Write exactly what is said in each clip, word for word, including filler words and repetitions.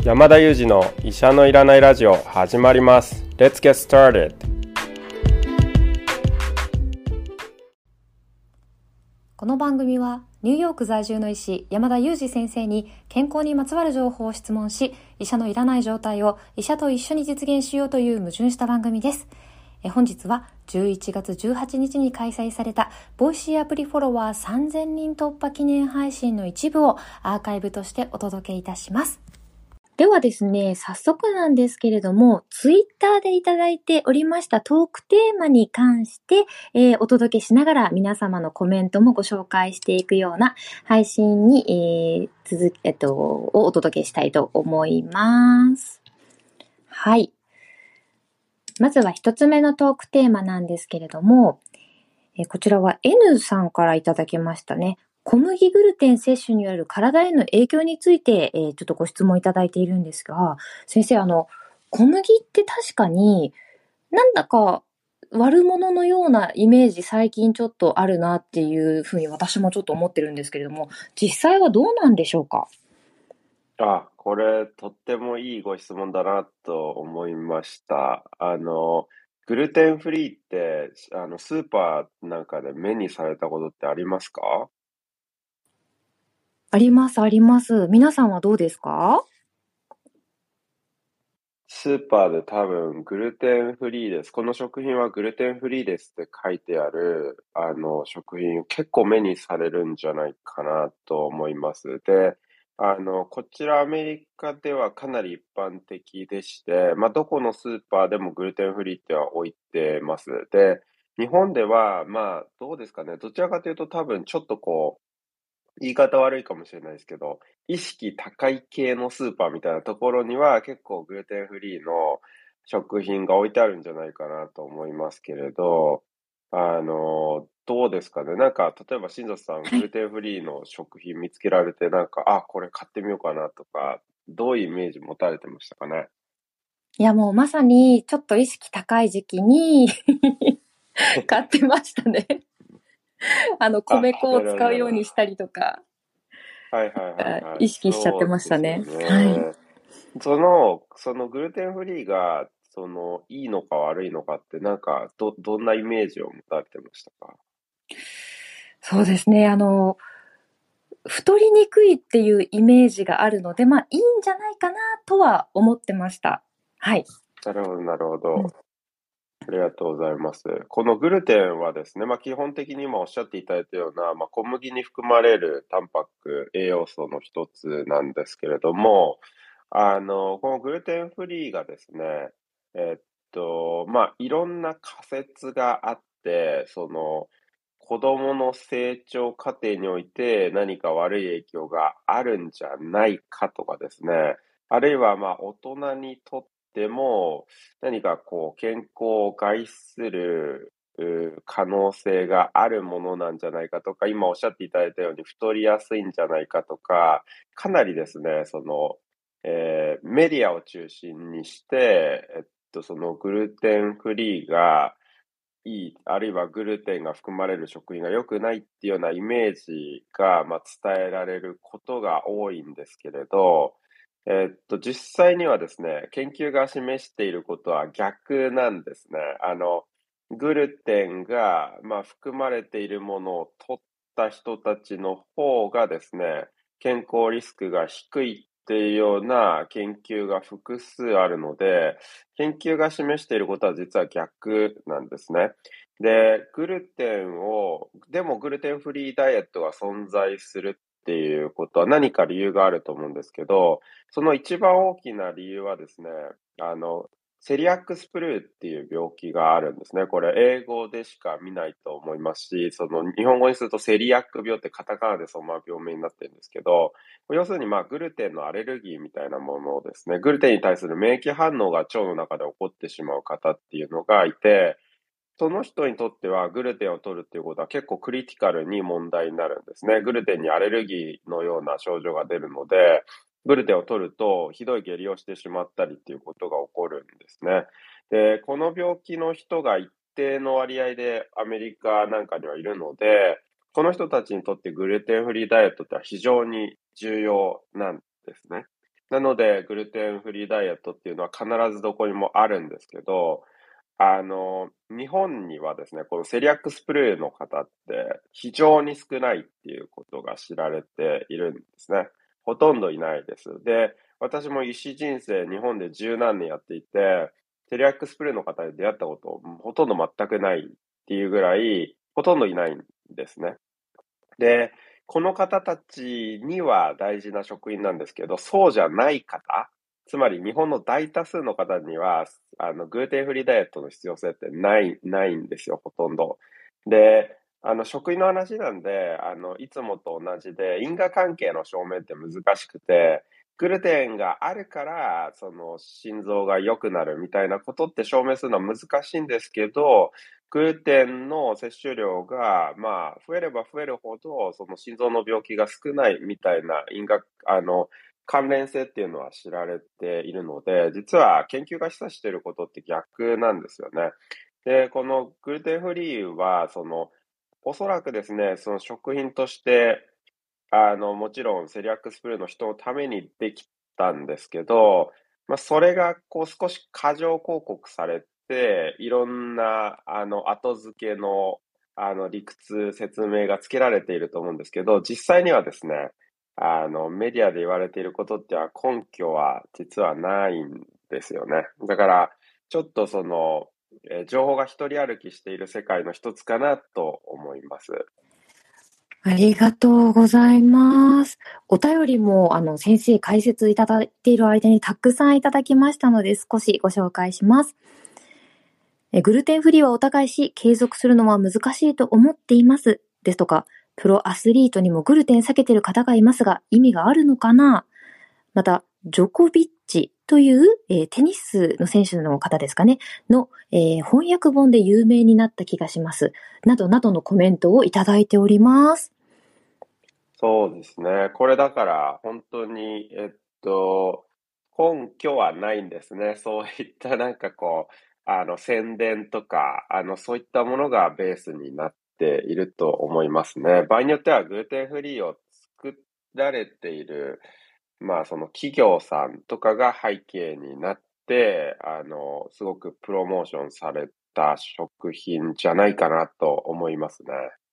山田裕二の医者のいらないラジオ始まります。 Let's get started。 この番組はニューヨーク在住の医師山田裕二先生に健康にまつわる情報を質問し、医者のいらない状態を医者と一緒に実現しようという矛盾した番組です。え本日はじゅういちがつじゅうはちにちに開催されたボイシーアプリフォロワーさんぜんにん突破記念配信の一部をアーカイブとしてお届けいたします。ではですね、早速なんですけれども、ツイッターでいただいておりましたトークテーマに関して、えー、お届けしながら皆様のコメントもご紹介していくような配信に、えー、続えっと、をお届けしたいと思います。はい。まずは一つ目のトークテーマなんですけれども、えー、こちらは N さんからいただきましたね。小麦グルテン摂取による体への影響について、えー、ちょっとご質問いただいているんですが、先生、あの、小麦って確かになんだか悪者のようなイメージ最近ちょっとあるなっていうふうに私もちょっと思ってるんですけれども、実際はどうなんでしょうか？ あ、これとってもいいご質問だなと思いました。あの、グルテンフリーって、あの、スーパーなんかで目にされたことってありますか？ あります、あります。皆さんはどうですか？ スーパーで多分グルテンフリーです。この食品はグルテンフリーですって書いてある、あの、食品結構目にされるんじゃないかなと思います。で、あの、こちらアメリカではかなり一般的でして、まあ、どこのスーパーでもグルテンフリーっては置いてます。で、日本では、まあ、どうですかね。どちらかというと多分ちょっとこう、言い方悪いかもしれないですけど、意識高い系のスーパーみたいなところには結構グルテンフリーの食品が置いてあるんじゃないかなと思いますけれど、あの、どうですかね。なんか、例えば新里さん、 はい。 グルテンフリーの食品見つけられて、なんか、あ、これ買ってみようかなとか、どういうイメージ持たれてましたかね。 いや、もうまさにちょっと意識高い時期に買ってましたね。あの、 あ、 米粉をなるほど、 使うようなるほど。 にしたりとか、 はいはいはいはい。 意識しちゃってそうましたね。 ですよはい。 ね。その、そのグルテンフリーが、その、いいのか悪いのかって、なんか、ど、どんなイメージを持たれてましたか？ そうですね。あの、太りにくいっていうイメージがあるので、まあいいんじゃないかなとは思ってました。はい。 なるほど、なるほうん、 ど。ありがとうございます。このグルテンはですね、まあ、基本的に今おっしゃっていただいたような、まあ、小麦に含まれるタンパク、栄養素の一つなんですけれども、あの、このグルテンフリーがですね、えっと、まあ、いろんな仮説があって、その、子供の成長過程において何か悪い影響があるんじゃないかとかですね、あるいはまあ大人にとっても何かこう健康を害するう可能性があるものなんじゃないかとか、今おっしゃっていただいたように太りやすいんじゃないかとか、かなりですね、その、えーメディアを中心にして、えっと、そのグルテンフリーがいい、あるいはグルテンが含まれる食品が良くないっていうようなイメージが、まあ、伝えられることが多いんですけれど、えっと、実際にはですね、研究が示していることは逆なんですね。あの、グルテンが、まあ、含まれているものを取った人たちの方がですね、健康リスクが低いっていうような研究が複数あるので、研究が示していることは実は逆なんですね。で、グルテンを、でもグルテンフリーダイエットが存在するっていうことは何か理由があると思うんですけど、その一番大きな理由はですね、あの、セリアックスプルーっていう病気があるんですね。これ英語でしか見ないと思いますし、その日本語にするとセリアック病ってカタカナでそのまま病名になってるんですけど、要するにまあグルテンのアレルギーみたいなものをですね、グルテンに対する免疫反応が腸の中で起こってしまう方っていうのがいて、その人にとってはグルテンを取るっていうことは結構クリティカルに問題になるんですね。グルテンにアレルギーのような症状が出るので、グルテンを取るとひどい下痢をしてしまったりっていうことが起こるんですね。で、この病気の人が一定の割合でアメリカなんかにはいるので、この人たちにとってグルテンフリーダイエットって非常に重要なんですね。 なので、グルテンフリーダイエットっていうのは必ずどこにもあるんですけど、あの、日本にはですね、このセリアックスプレーの方って非常に少ないっていうことが知られているんですね。ほとんどいないです。で、私も医師人生日本で十何年やっていて、セリアックスプレーの方に出会ったことほとんど全くないっていうぐらい、ほとんどいないんですね。で、この方たちには大事な食品なんですけど、そうじゃない方、つまり日本の大多数の方には、あの、グルテンフリーダイエットの必要性ってない、ないんですよ、ほとんど。で、あの、食品の話なんで、あの、いつもと同じで、因果関係の証明って難しくて、グルテンがあるから、その、心臓が良くなるみたいなことって証明するのは難しいんですけど、グルテンの摂取量が、まあ、増えれば増えるほど、その心臓の病気が少ないみたいな因果、あの、関連性っていうのは知られているので、実は研究が示唆していることって逆なんですよね。で、このグルテンフリーは、その、おそらくですね、その食品として、あの、もちろんセリアックスプレーの人のためにできたんですけど、まあ、それがこう少し過剰広告されて、いろんな、あの、後付けの、あの、理屈、説明がつけられていると思うんですけど、実際にはですね、あの、メディアで言われていることっては根拠は実はないんですよね。だから、ちょっとその、えー情報が一人歩きしている世界の一つかなと思います。 ありがとうございます。お便りも、あの、先生解説いただいている間にたくさんいただきましたので、少しご紹介します。えグルテンフリーはお互いし、継続するのは難しいと思っています。ですとか、プロアスリートにもグルテン避けてる方がいますが、意味があるのかな。また、ジョコビッチという、えーテニスの選手の方ですかね、の、えー翻訳本で有名になった気がします。などなどのコメントをいただいております。 そうですね。これだから本当に、えっと、根拠はないんですね。そういったなんかこう、あの宣伝とか、あのそういったものがベースになっていると思いますね。場合によってはグルテンフリーを作られている、まあその企業さんとかが背景になって、あの、すごくプロモーションされた食品じゃないかなと思いますね。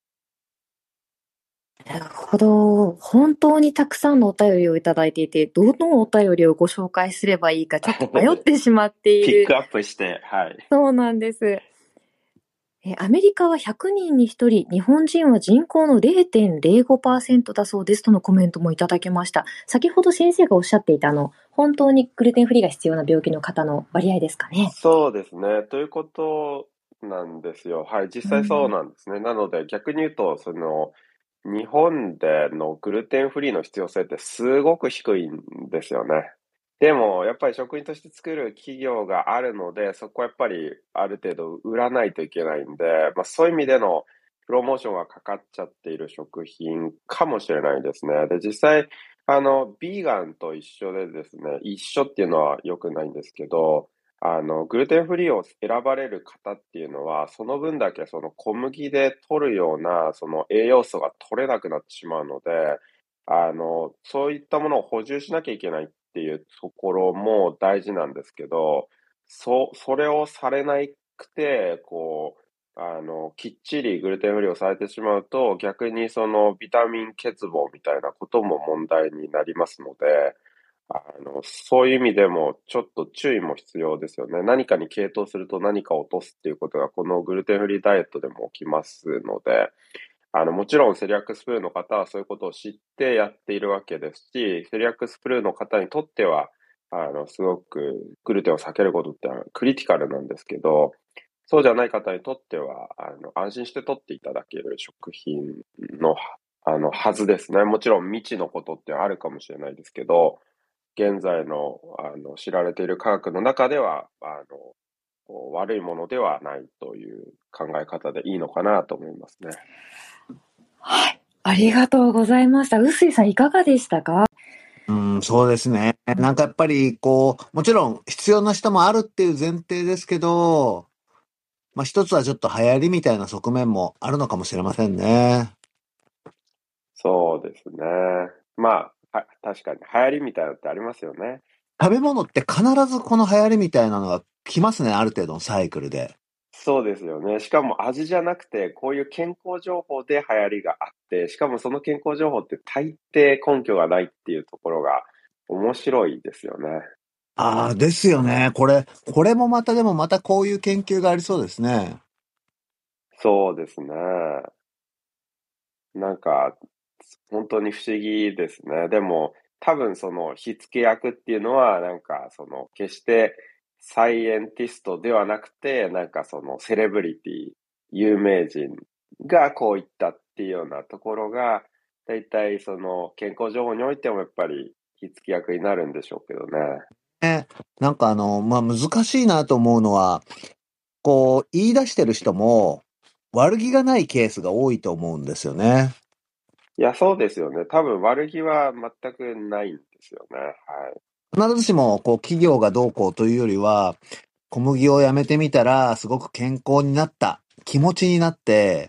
なるほど。本当にたくさんのお便りをいただいていて、どのお便りをご紹介すればいいかちょっと迷ってしまっている。 ピックアップして、はい。 そうなんです。えアメリカはひゃくにんにひとり、日本人は人口の れいてんれいごパーセント だそうですとのコメントもいただきました。先ほど先生がおっしゃっていたあの、本当にグルテンフリーが必要な病気の方の割合ですかね。 そうですね。ということなんですよ。はい。実際そうなんですね。なので逆に言うと、その、日本でのグルテンフリーの必要性ってすごく低いんですよね。でも、やっぱり食品として作る企業があるので、そこはやっぱりある程度売らないといけないんで、まあそういう意味でのプロモーションがかかっちゃっている食品かもしれないですね。で、実際、あの、ビーガンと一緒でですね、一緒っていうのは良くないんですけど、あの、グルテンフリーを選ばれる方っていうのは、その分だけその小麦で取るような、その栄養素が取れなくなってしまうので、あの、そういったものを補充しなきゃいけないっていうところも大事なんですけど、そ、それをされなくて、こう、あの、きっちりグルテンフリーをされてしまうと、逆にそのビタミン欠乏みたいなことも問題になりますので、あの、そういう意味でも、ちょっと注意も必要ですよね。何かに傾倒すると何かを落とすっていうことが、このグルテンフリーダイエットでも起きますので、あの、もちろんセリアックスプルーの方はそういうことを知ってやっているわけですし、セリアックスプルーの方にとっては、あの、すごくグルテンを避けることってクリティカルなんですけど、そうじゃない方にとっては、あの、安心して取っていただける食品の、あの、はずですね。もちろん未知のことってあるかもしれないですけど、現在の、あの、知られている科学の中では、あの、悪いものではないという考え方でいいのかなと思いますね。 はい。ありがとうございました。臼井さんいかがでしたか？ うん、そうですね。なんかやっぱり、こう、もちろん必要な人もあるっていう前提ですけど、まあ一つはちょっと流行りみたいな側面もあるのかもしれませんね。 そうですね。まあ、 は、確かに流行りみたいなのってありますよね。 食べ物って必ずこの流行りみたいなのが来ますね、ある程度のサイクルで。 そうですよね。しかも味じゃなくて、こういう健康情報で流行りがあって、しかもその健康情報って大抵根拠がないっていうところが面白いですよね。 ああ、ですよね。これ、これもまたでもまたこういう研究がありそうですね。 そうですね。なんか、本当に不思議ですね。でも、多分その火付け役っていうのは、なんかその、決してサイエンティストではなくて、なんかそのセレブリティ、有名人がこう言ったっていうようなところが、だいたいその健康情報においてもやっぱり火付け役になるんでしょうけどね。 ね、なんかあの、まあ、難しいなと思うのは、こう、言い出してる人も、悪気がないケースが多いと思うんですよね。 いや、そうですよね。多分悪気は全くないんですよね。はい。 必ずしも、こう、企業がどうこうというよりは、小麦をやめてみたら、すごく健康になった、気持ちになって、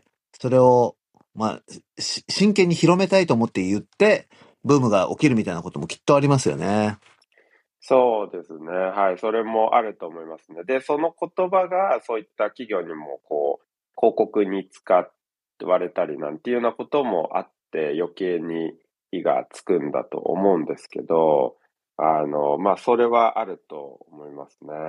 それを、まあ、し真剣に広めたいと思って言って、ブームが起きるみたいなこともきっとありますよね。 そうですね。はい。それもあると思いますね。で、その言葉がそういった企業にもこう、広告に使われたりなんていうようなこともあって余計に火がつくんだと思うんですけど、あの、まあ、それはあると思いますね。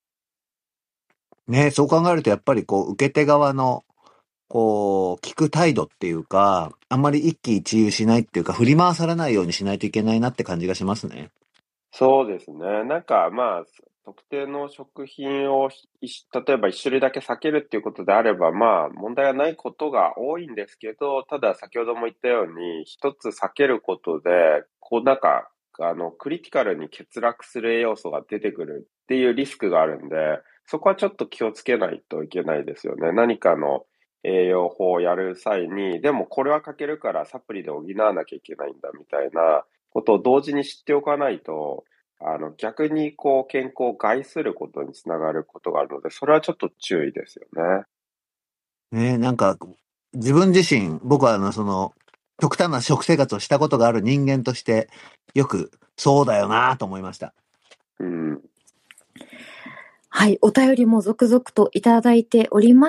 ね、そう考えるとやっぱりこう、受け手側の、こう、聞く態度っていうか、あんまり一喜一憂しないっていうか、振り回されないようにしないといけないなって感じがしますね。 そうですね。なんか、まあ、特定の食品をひ一例えば一種類だけ避けるっていうことであれば、まあ、問題はないことが多いんですけど、ただ先ほども言ったように、一つ避けることで、こうなんか、あの、クリティカルに欠落する栄養素が出てくるっていうリスクがあるんで、そこはちょっと気をつけないといけないですよね。何かの栄養法をやる際に、でもこれは欠けるからサプリで補わなきゃいけないんだみたいなことを同時に知っておかないと、あの、逆にこう、健康を害することにつながることがあるので、それはちょっと注意ですよね。 ね、なんか、自分自身、僕はあの、その、極端な食生活をしたことがある人間として、よく、そうだよなと思いました。 うん。 はい、お便りも続々といただいております。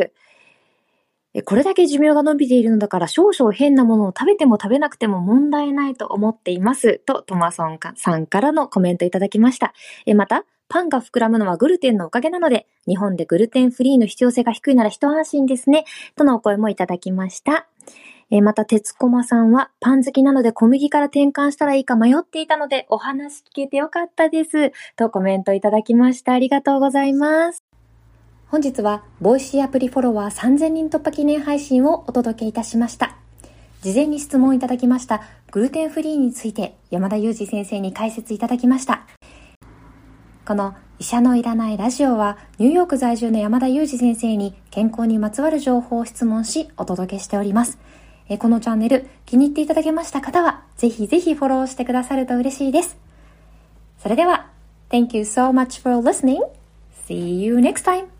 これだけ寿命が伸びているのだから少々変なものを食べても食べなくても問題ないと思っています。と、トマソンさんからのコメントいただきました。また、パンが膨らむのはグルテンのおかげなので、日本でグルテンフリーの必要性が低いなら一安心ですね。とのお声もいただきました。また、鉄駒さんは、パン好きなので小麦から転換したらいいか迷っていたので、お話聞けてよかったです。とコメントいただきました。ありがとうございます。本日は、ボイシーアプリフォロワーさんぜんにん突破記念配信をお届けいたしました。事前に質問いただきましたグルテンフリーについて山田裕二先生に解説いただきました。この医者のいらないラジオはニューヨーク在住の山田裕二先生に健康にまつわる情報を質問しお届けしております。このチャンネル気に入っていただけました方はぜひぜひフォローしてくださると嬉しいです。それでは Thank you so much for listening. See you next time.